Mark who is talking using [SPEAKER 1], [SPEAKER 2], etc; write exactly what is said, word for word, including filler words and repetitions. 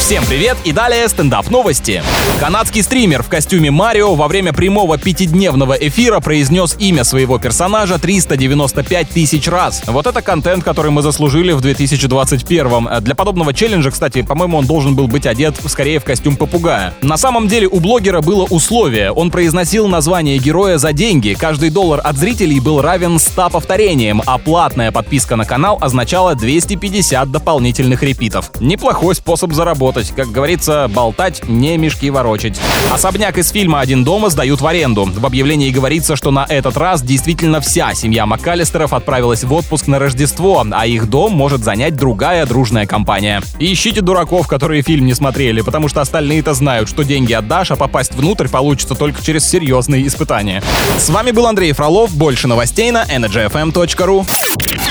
[SPEAKER 1] Всем привет и далее стендап-новости. Канадский стример в костюме Марио во время прямого пятидневного эфира произнес имя своего персонажа триста девяносто пять тысяч раз. Вот это контент, который мы заслужили в две тысячи двадцать первом. Для подобного челленджа, кстати, по-моему, он должен был быть одет скорее в костюм попугая. На самом деле у блогера было условие. Он произносил название героя за деньги. Каждый доллар от зрителей был равен ста повторениям, а платная подписка на канал означала двести пятьдесят дополнительных репитов. Неплохой способ заработать. Как говорится, болтать, не мешки ворочать. Особняк из фильма «Один дома» сдают в аренду. В объявлении говорится, что на этот раз действительно вся семья МакКаллистеров отправилась в отпуск на Рождество, а их дом может занять другая дружная компания. И ищите дураков, которые фильм не смотрели, потому что остальные-то знают, что деньги отдашь, а попасть внутрь получится только через серьезные испытания. С вами был Андрей Фролов. Больше новостей на energy f m точка ru.